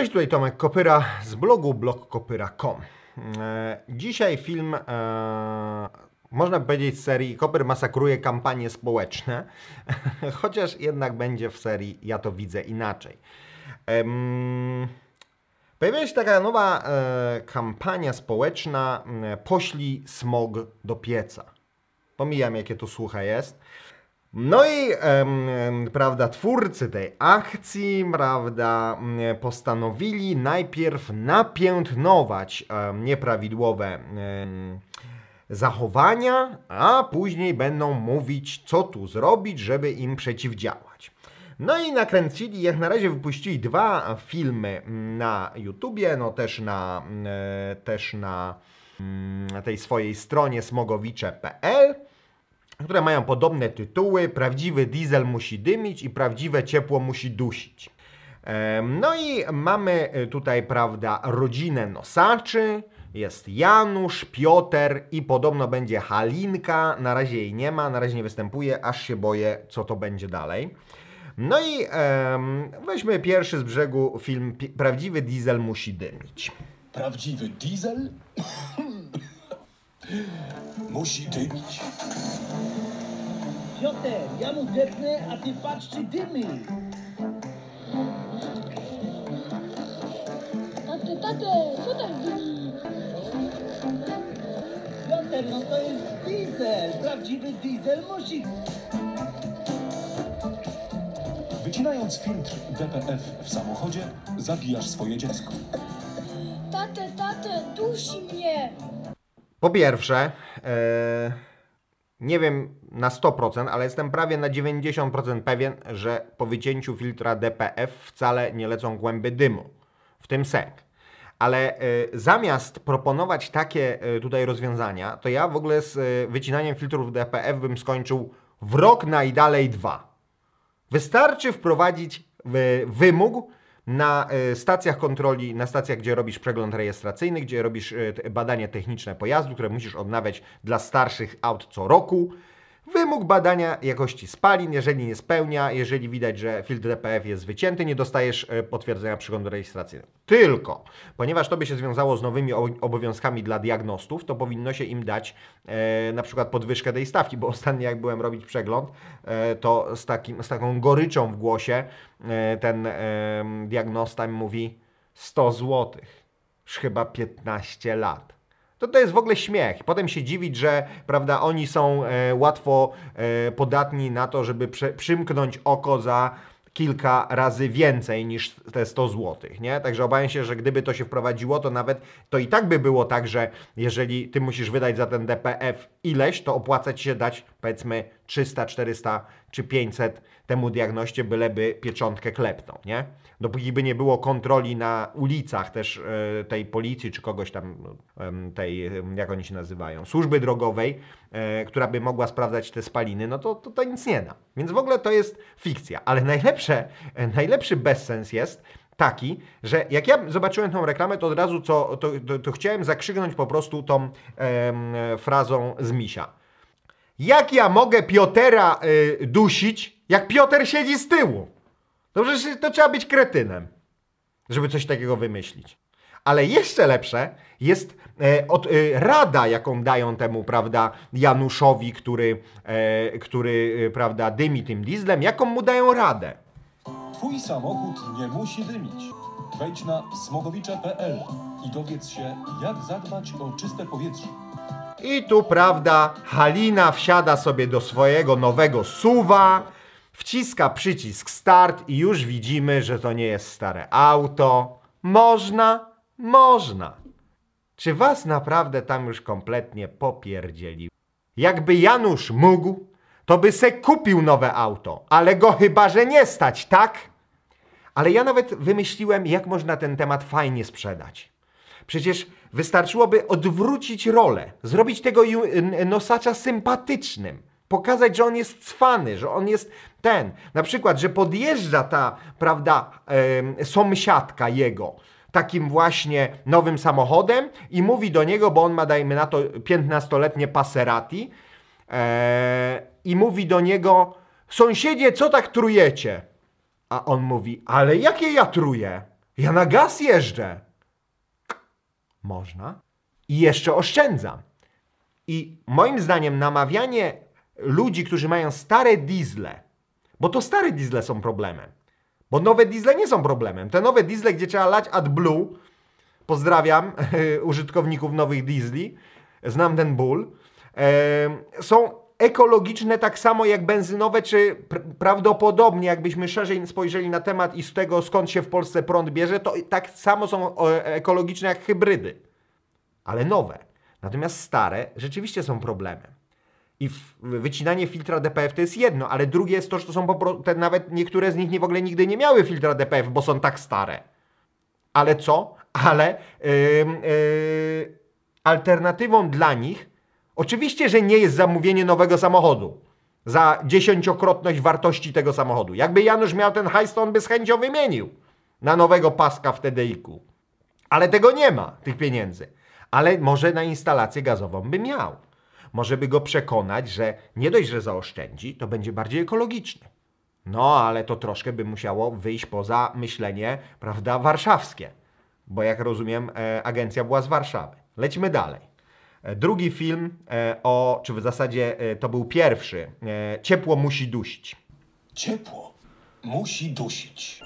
Cześć, tutaj Tomek Kopyra z blogu blogkopyra.com. Dzisiaj film, można powiedzieć, z serii Kopyr masakruje kampanie społeczne, chociaż jednak będzie w serii Ja to widzę inaczej. Pojawiła się taka nowa kampania społeczna Poślij smog do pieca. Pomijam, jakie to suche jest. No i prawda, twórcy tej akcji, prawda, postanowili najpierw napiętnować nieprawidłowe zachowania, a później będą mówić, co tu zrobić, żeby im przeciwdziałać. No i nakręcili, jak na razie wypuścili 2 filmy na YouTubie, no też na tej swojej stronie smogowicze.pl, które mają podobne tytuły: Prawdziwy diesel musi dymić i Prawdziwe ciepło musi dusić. No i mamy tutaj, prawda, rodzinę nosaczy. Jest Janusz, Piotr i podobno będzie Halinka. Na razie jej nie ma, na razie nie występuje, aż się boję, co to będzie dalej. No i weźmy pierwszy z brzegu film Prawdziwy diesel musi dymić. Prawdziwy diesel musi dymić. Piotr, ja mu depnę, a ty patrz, czy dymy. Tate, co tak dymi? Piotr, no to jest diesel. Prawdziwy diesel musi... Wycinając filtr DPF w samochodzie, zabijasz swoje dziecko. Tate, dusi mnie. Po pierwsze, nie wiem na 100%, ale jestem prawie na 90% pewien, że po wycięciu filtra DPF wcale nie lecą kłęby dymu, w tym sęk. Ale zamiast proponować takie tutaj rozwiązania, to ja w ogóle z wycinaniem filtrów DPF bym skończył w rok, najdalej 2. Wystarczy wprowadzić wymóg na stacjach kontroli, na stacjach, gdzie robisz przegląd rejestracyjny, gdzie robisz badanie techniczne pojazdu, które musisz odnawiać dla starszych aut co roku. Wymóg badania jakości spalin, jeżeli nie spełnia, jeżeli widać, że filtr DPF jest wycięty, nie dostajesz potwierdzenia przeglądu rejestracyjnego. Tylko, ponieważ to by się związało z nowymi obowiązkami dla diagnostów, to powinno się im dać na przykład podwyżkę tej stawki, bo ostatnio jak byłem robić przegląd, to z taką goryczą w głosie ten diagnosta mi mówi 100 zł, już chyba 15 lat. To jest w ogóle śmiech. Potem się dziwić, że, prawda, oni są łatwo podatni na to, żeby przymknąć oko za kilka razy więcej niż te 100 zł, nie? Także obawiam się, że gdyby to się wprowadziło, to nawet to i tak by było tak, że jeżeli ty musisz wydać za ten DPF ileś, to opłaca ci się dać, powiedzmy, 300, 400 czy 500 temu diagnoście, byleby pieczątkę klepnął, nie? Dopóki by nie było kontroli na ulicach też tej policji, czy kogoś tam, tej, jak oni się nazywają, służby drogowej, która by mogła sprawdzać te spaliny, no to nic nie da. Więc w ogóle to jest fikcja. Ale najlepszy bezsens jest taki, że jak ja zobaczyłem tą reklamę, to od razu to chciałem zakrzyknąć po prostu tą frazą z Misia. Jak ja mogę Piotera dusić, jak Piotr siedzi z tyłu? To przecież to trzeba być kretynem, żeby coś takiego wymyślić. Ale jeszcze lepsze jest rada, jaką dają temu, prawda, Januszowi, który prawda, dymi tym dieslem, jaką mu dają radę. Twój samochód nie musi dymić. Wejdź na smogowicze.pl i dowiedz się, jak zadbać o czyste powietrze. I tu, prawda, Halina wsiada sobie do swojego nowego SUV-a, wciska przycisk start i już widzimy, że to nie jest stare auto. Można. Czy was naprawdę tam już kompletnie popierdzielił? Jakby Janusz mógł, to by se kupił nowe auto, ale go chyba, że nie stać, tak? Ale ja nawet wymyśliłem, jak można ten temat fajnie sprzedać. Przecież wystarczyłoby odwrócić rolę, zrobić tego nosacza sympatycznym, pokazać, że on jest cwany, że on jest na przykład, że podjeżdża ta, prawda, sąsiadka jego takim właśnie nowym samochodem i mówi do niego, bo on ma, dajmy na to, 15-letnie Passerati i mówi do niego: sąsiedzie, co tak trujecie? A on mówi: ale jakie ja truję? Ja na gaz jeżdżę. Można. I jeszcze oszczędzam. I moim zdaniem namawianie ludzi, którzy mają stare diesle, bo to stare diesle są problemem, bo nowe diesle nie są problemem. Te nowe diesle, gdzie trzeba lać AdBlue, pozdrawiam użytkowników nowych diesli, znam ten ból, są ekologiczne tak samo jak benzynowe, czy prawdopodobnie jakbyśmy szerzej spojrzeli na temat i z tego skąd się w Polsce prąd bierze, to tak samo są ekologiczne jak hybrydy, ale nowe. Natomiast stare rzeczywiście są problemem. I wycinanie filtra DPF to jest jedno, ale drugie jest to, że to są nawet niektóre z nich w ogóle nigdy nie miały filtra DPF, bo są tak stare. Ale co? Ale alternatywą dla nich oczywiście, że nie jest zamówienie nowego samochodu za 10-krotność wartości tego samochodu. Jakby Janusz miał ten hajs, to on by z chęcią wymienił na nowego paska w TDI-ku. Ale tego nie ma, tych pieniędzy. Ale może na instalację gazową by miał. Może by go przekonać, że nie dość, że zaoszczędzi, to będzie bardziej ekologiczny. No, ale to troszkę by musiało wyjść poza myślenie, prawda, warszawskie. Bo jak rozumiem, agencja była z Warszawy. Lećmy dalej. Drugi film, czy w zasadzie to był pierwszy, Ciepło musi dusić. Ciepło musi dusić.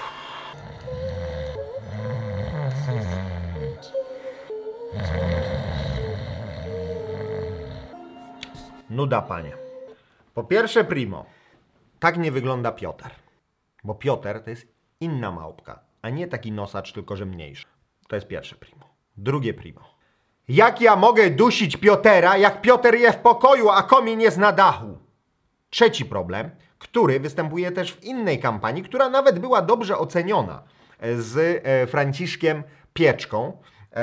Nuda, panie. Po pierwsze, primo, tak nie wygląda Piotr. Bo Piotr to jest inna małpka, a nie taki nosacz, tylko że mniejszy. To jest pierwsze primo. Drugie primo. Jak ja mogę dusić Piotera, jak Piotr je w pokoju, a komin jest na dachu? Trzeci problem, który występuje też w innej kampanii, która nawet była dobrze oceniona z Franciszkiem Pieczką,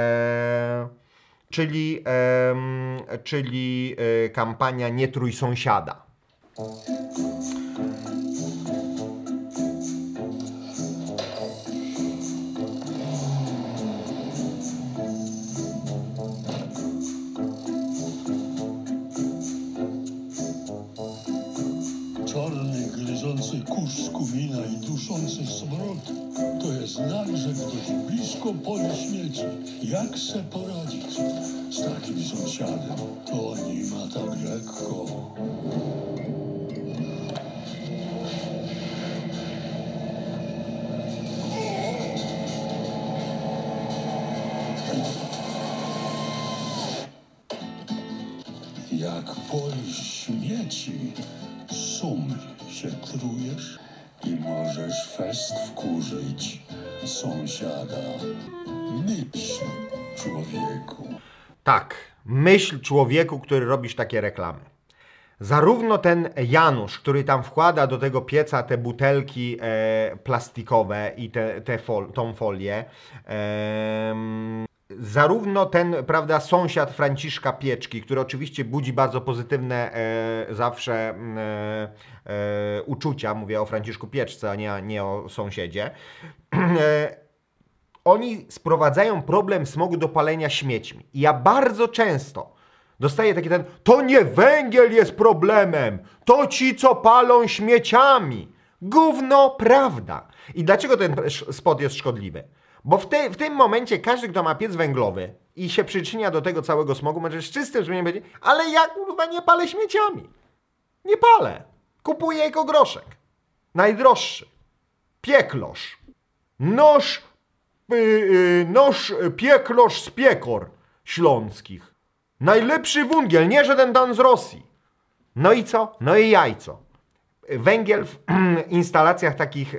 czyli kampania Nie trój sąsiada. Czarny, gryzący kurz z kumina i duszący smród to jest znak, że ktoś blisko poli śmieci. Jak se poradzić z takim sąsiadem? To nie ma tak lekko. Jak poli śmieci, sum się trujesz i możesz fest wkurzyć sąsiada. Myśl, człowieku. Tak, myśl człowieku, który robisz takie reklamy. Zarówno ten Janusz, który tam wkłada do tego pieca te butelki plastikowe i tą folię, zarówno ten, prawda, sąsiad Franciszka Pieczki, który oczywiście budzi bardzo pozytywne zawsze uczucia, mówię o Franciszku Pieczce, a nie o sąsiedzie, oni sprowadzają problem smogu do palenia śmiećmi. I ja bardzo często dostaję taki to nie węgiel jest problemem, to ci, co palą śmieciami. Gówno prawda. I dlaczego ten spot jest szkodliwy? Bo w tym momencie każdy, kto ma piec węglowy i się przyczynia do tego całego smogu, może z czystym sumieniem powiedzieć, ale ja kurwa nie palę śmieciami. Nie palę. Kupuję ekogroszek. Najdroższy. Pieklosz. Noż pieklosz z piekor śląskich. Najlepszy węgiel, nie żaden dan z Rosji. No i co? No i jajco. Węgiel w instalacjach takich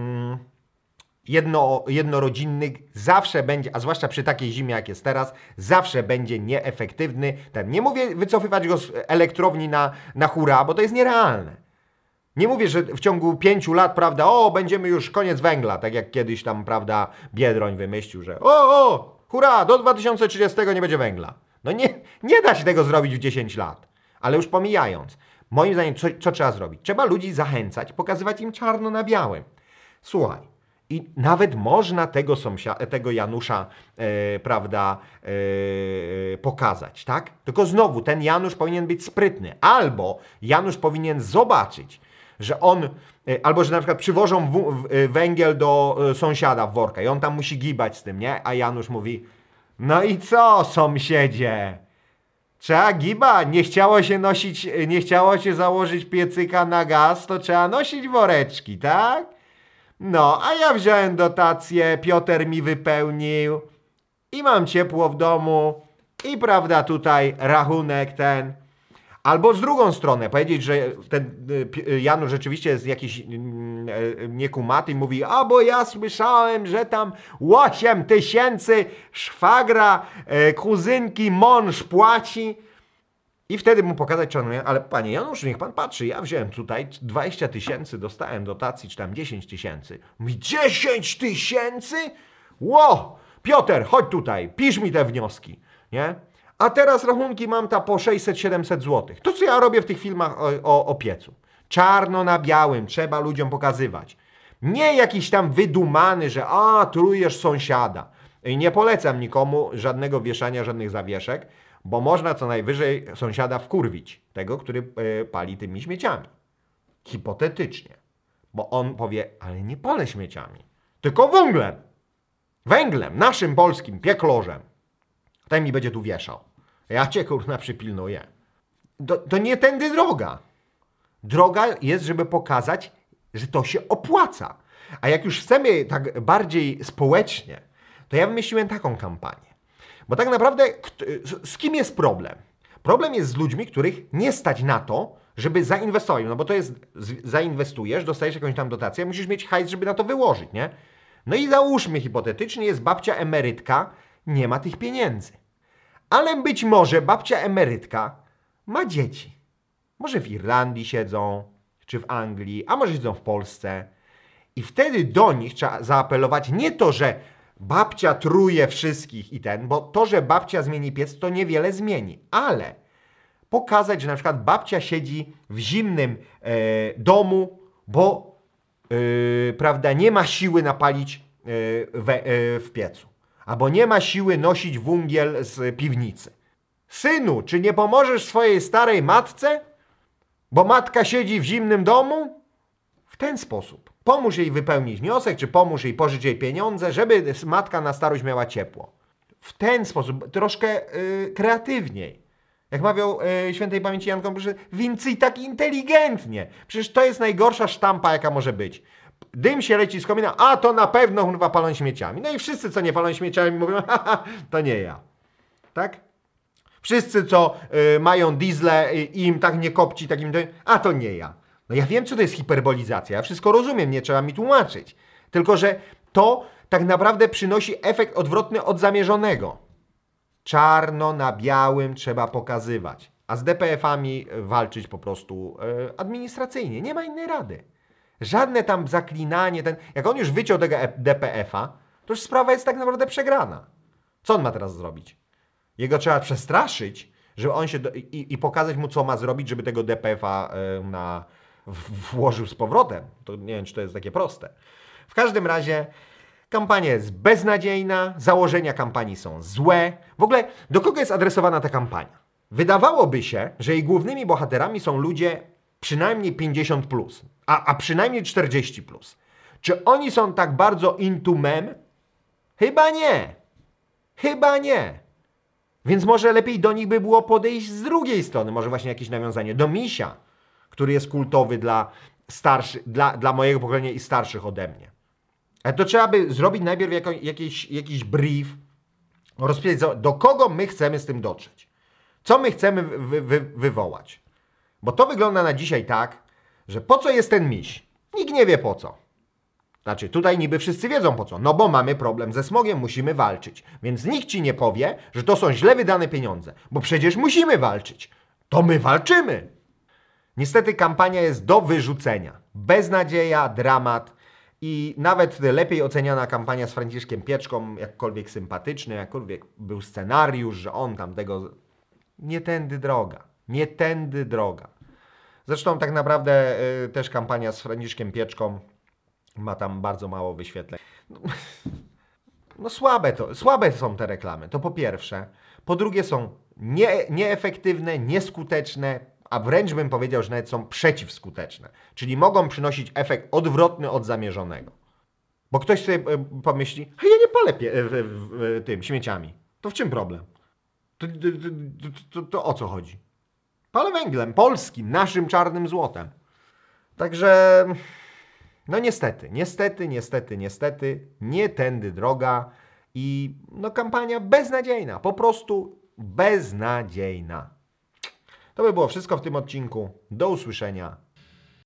jednorodzinnych zawsze będzie, a zwłaszcza przy takiej zimie jak jest teraz, zawsze będzie nieefektywny. Nie mówię wycofywać go z elektrowni na hura, bo to jest nierealne. Nie mówię, że w ciągu 5 lat, prawda, będziemy już koniec węgla, tak jak kiedyś tam, prawda, Biedroń wymyślił, że hurra, do 2030 nie będzie węgla. No nie da się tego zrobić w 10 lat. Ale już pomijając, moim zdaniem, co trzeba zrobić? Trzeba ludzi zachęcać, pokazywać im czarno na białym. Słuchaj, i nawet można tego Janusza, prawda, pokazać, tak? Tylko znowu, ten Janusz powinien być sprytny. Albo Janusz powinien zobaczyć, że on, albo że na przykład przywożą węgiel do sąsiada w worka i on tam musi gibać z tym, nie? A Janusz mówi, no i co, sąsiedzie? Trzeba gibać, nie chciało się założyć piecyka na gaz, to trzeba nosić woreczki, tak? No, a ja wziąłem dotację, Piotr mi wypełnił i mam ciepło w domu i prawda tutaj rachunek ten. Albo z drugą stronę powiedzieć, że ten Janusz rzeczywiście jest jakiś niekumaty i mówi, a bo ja słyszałem, że tam 8 000 szwagra, kuzynki, mąż płaci. I wtedy mu pokazać, czy on mówi, ale panie Januszu, niech pan patrzy, ja wziąłem tutaj 20 000, dostałem dotacji, czy tam 10 000. Mówi, 10 000? Ło! Piotr, chodź tutaj, pisz mi te wnioski, nie? A teraz rachunki mam po 600-700 zł. To co ja robię w tych filmach o piecu? Czarno na białym, trzeba ludziom pokazywać. Nie jakiś tam wydumany, że trujesz sąsiada. I nie polecam nikomu żadnego wieszania, żadnych zawieszek, bo można co najwyżej sąsiada wkurwić, tego, który pali tymi śmieciami. Hipotetycznie. Bo on powie, ale nie palę śmieciami, tylko węglem. Węglem, naszym polskim, pieklorzem. Ten mi będzie tu wieszał. Ja cię kurna przypilnuję. To nie tędy droga. Droga jest, żeby pokazać, że to się opłaca. A jak już chcemy tak bardziej społecznie, to ja wymyśliłem taką kampanię. Bo tak naprawdę z kim jest problem? Problem jest z ludźmi, których nie stać na to, żeby zainwestować. No bo to jest, zainwestujesz, dostajesz jakąś tam dotację, musisz mieć hajs, żeby na to wyłożyć, nie? No i załóżmy hipotetycznie, jest babcia emerytka, nie ma tych pieniędzy. Ale być może babcia emerytka ma dzieci. Może w Irlandii siedzą, czy w Anglii, a może siedzą w Polsce. I wtedy do nich trzeba zaapelować nie to, że babcia truje wszystkich bo to, że babcia zmieni piec, to niewiele zmieni. Ale pokazać, że na przykład babcia siedzi w zimnym domu, bo prawda, nie ma siły napalić w piecu. Albo nie ma siły nosić węgiel z piwnicy. Synu, czy nie pomożesz swojej starej matce, bo matka siedzi w zimnym domu? W ten sposób. Pomóż jej wypełnić wniosek, czy pomóż jej pożyczyć jej pieniądze, żeby matka na starość miała ciepło. W ten sposób, troszkę kreatywniej. Jak mawiał świętej pamięci Jan Kombrzyszy, więcej tak inteligentnie. Przecież to jest najgorsza sztampa, jaka może być. Dym się leci z komina, a to na pewno chyba palą śmieciami. No i wszyscy, co nie palą śmieciami, mówią, to nie ja. Tak? Wszyscy, co mają diesle i im tak nie kopci, a to nie ja. No ja wiem, co to jest hiperbolizacja, ja wszystko rozumiem, nie trzeba mi tłumaczyć. Tylko, że to tak naprawdę przynosi efekt odwrotny od zamierzonego. Czarno na białym trzeba pokazywać, a z DPF-ami walczyć po prostu administracyjnie. Nie ma innej rady. Żadne tam zaklinanie, jak on już wyciął tego DPF-a, to już sprawa jest tak naprawdę przegrana. Co on ma teraz zrobić? Jego trzeba przestraszyć, żeby on się i pokazać mu, co ma zrobić, żeby tego DPF-a włożył z powrotem. To nie wiem, czy to jest takie proste. W każdym razie kampania jest beznadziejna, założenia kampanii są złe. W ogóle do kogo jest adresowana ta kampania? Wydawałoby się, że jej głównymi bohaterami są ludzie przynajmniej 50+, a przynajmniej 40+. Czy oni są tak bardzo into mem? Chyba nie. Chyba nie. Więc może lepiej do nich by było podejść z drugiej strony. Może właśnie jakieś nawiązanie do Misia, który jest kultowy dla mojego pokolenia i starszych ode mnie. Ale to trzeba by zrobić najpierw jakiś brief, rozpisać, do kogo my chcemy z tym dotrzeć. Co my chcemy wywołać. Bo to wygląda na dzisiaj tak, że po co jest ten miś? Nikt nie wie po co. Znaczy, tutaj niby wszyscy wiedzą po co. No bo mamy problem ze smogiem, musimy walczyć. Więc nikt ci nie powie, że to są źle wydane pieniądze. Bo przecież musimy walczyć. To my walczymy. Niestety kampania jest do wyrzucenia. Beznadzieja, dramat i nawet lepiej oceniana kampania z Franciszkiem Pieczką, jakkolwiek sympatyczny, jakkolwiek był scenariusz, że on tam tego... Nie tędy droga. Nie tędy droga. Zresztą tak naprawdę też kampania z Franciszkiem Pieczką ma tam bardzo mało wyświetleń. No słabe są te reklamy, to po pierwsze. Po drugie są nieefektywne, nieskuteczne, a wręcz bym powiedział, że nawet są przeciwskuteczne. Czyli mogą przynosić efekt odwrotny od zamierzonego. Bo ktoś sobie pomyśli, a ja nie palę tym śmieciami. To w czym problem? To o co chodzi? Palę węglem, polskim, naszym czarnym złotem. Także, no niestety, nie tędy droga i no kampania beznadziejna, po prostu beznadziejna. To by było wszystko w tym odcinku. Do usłyszenia.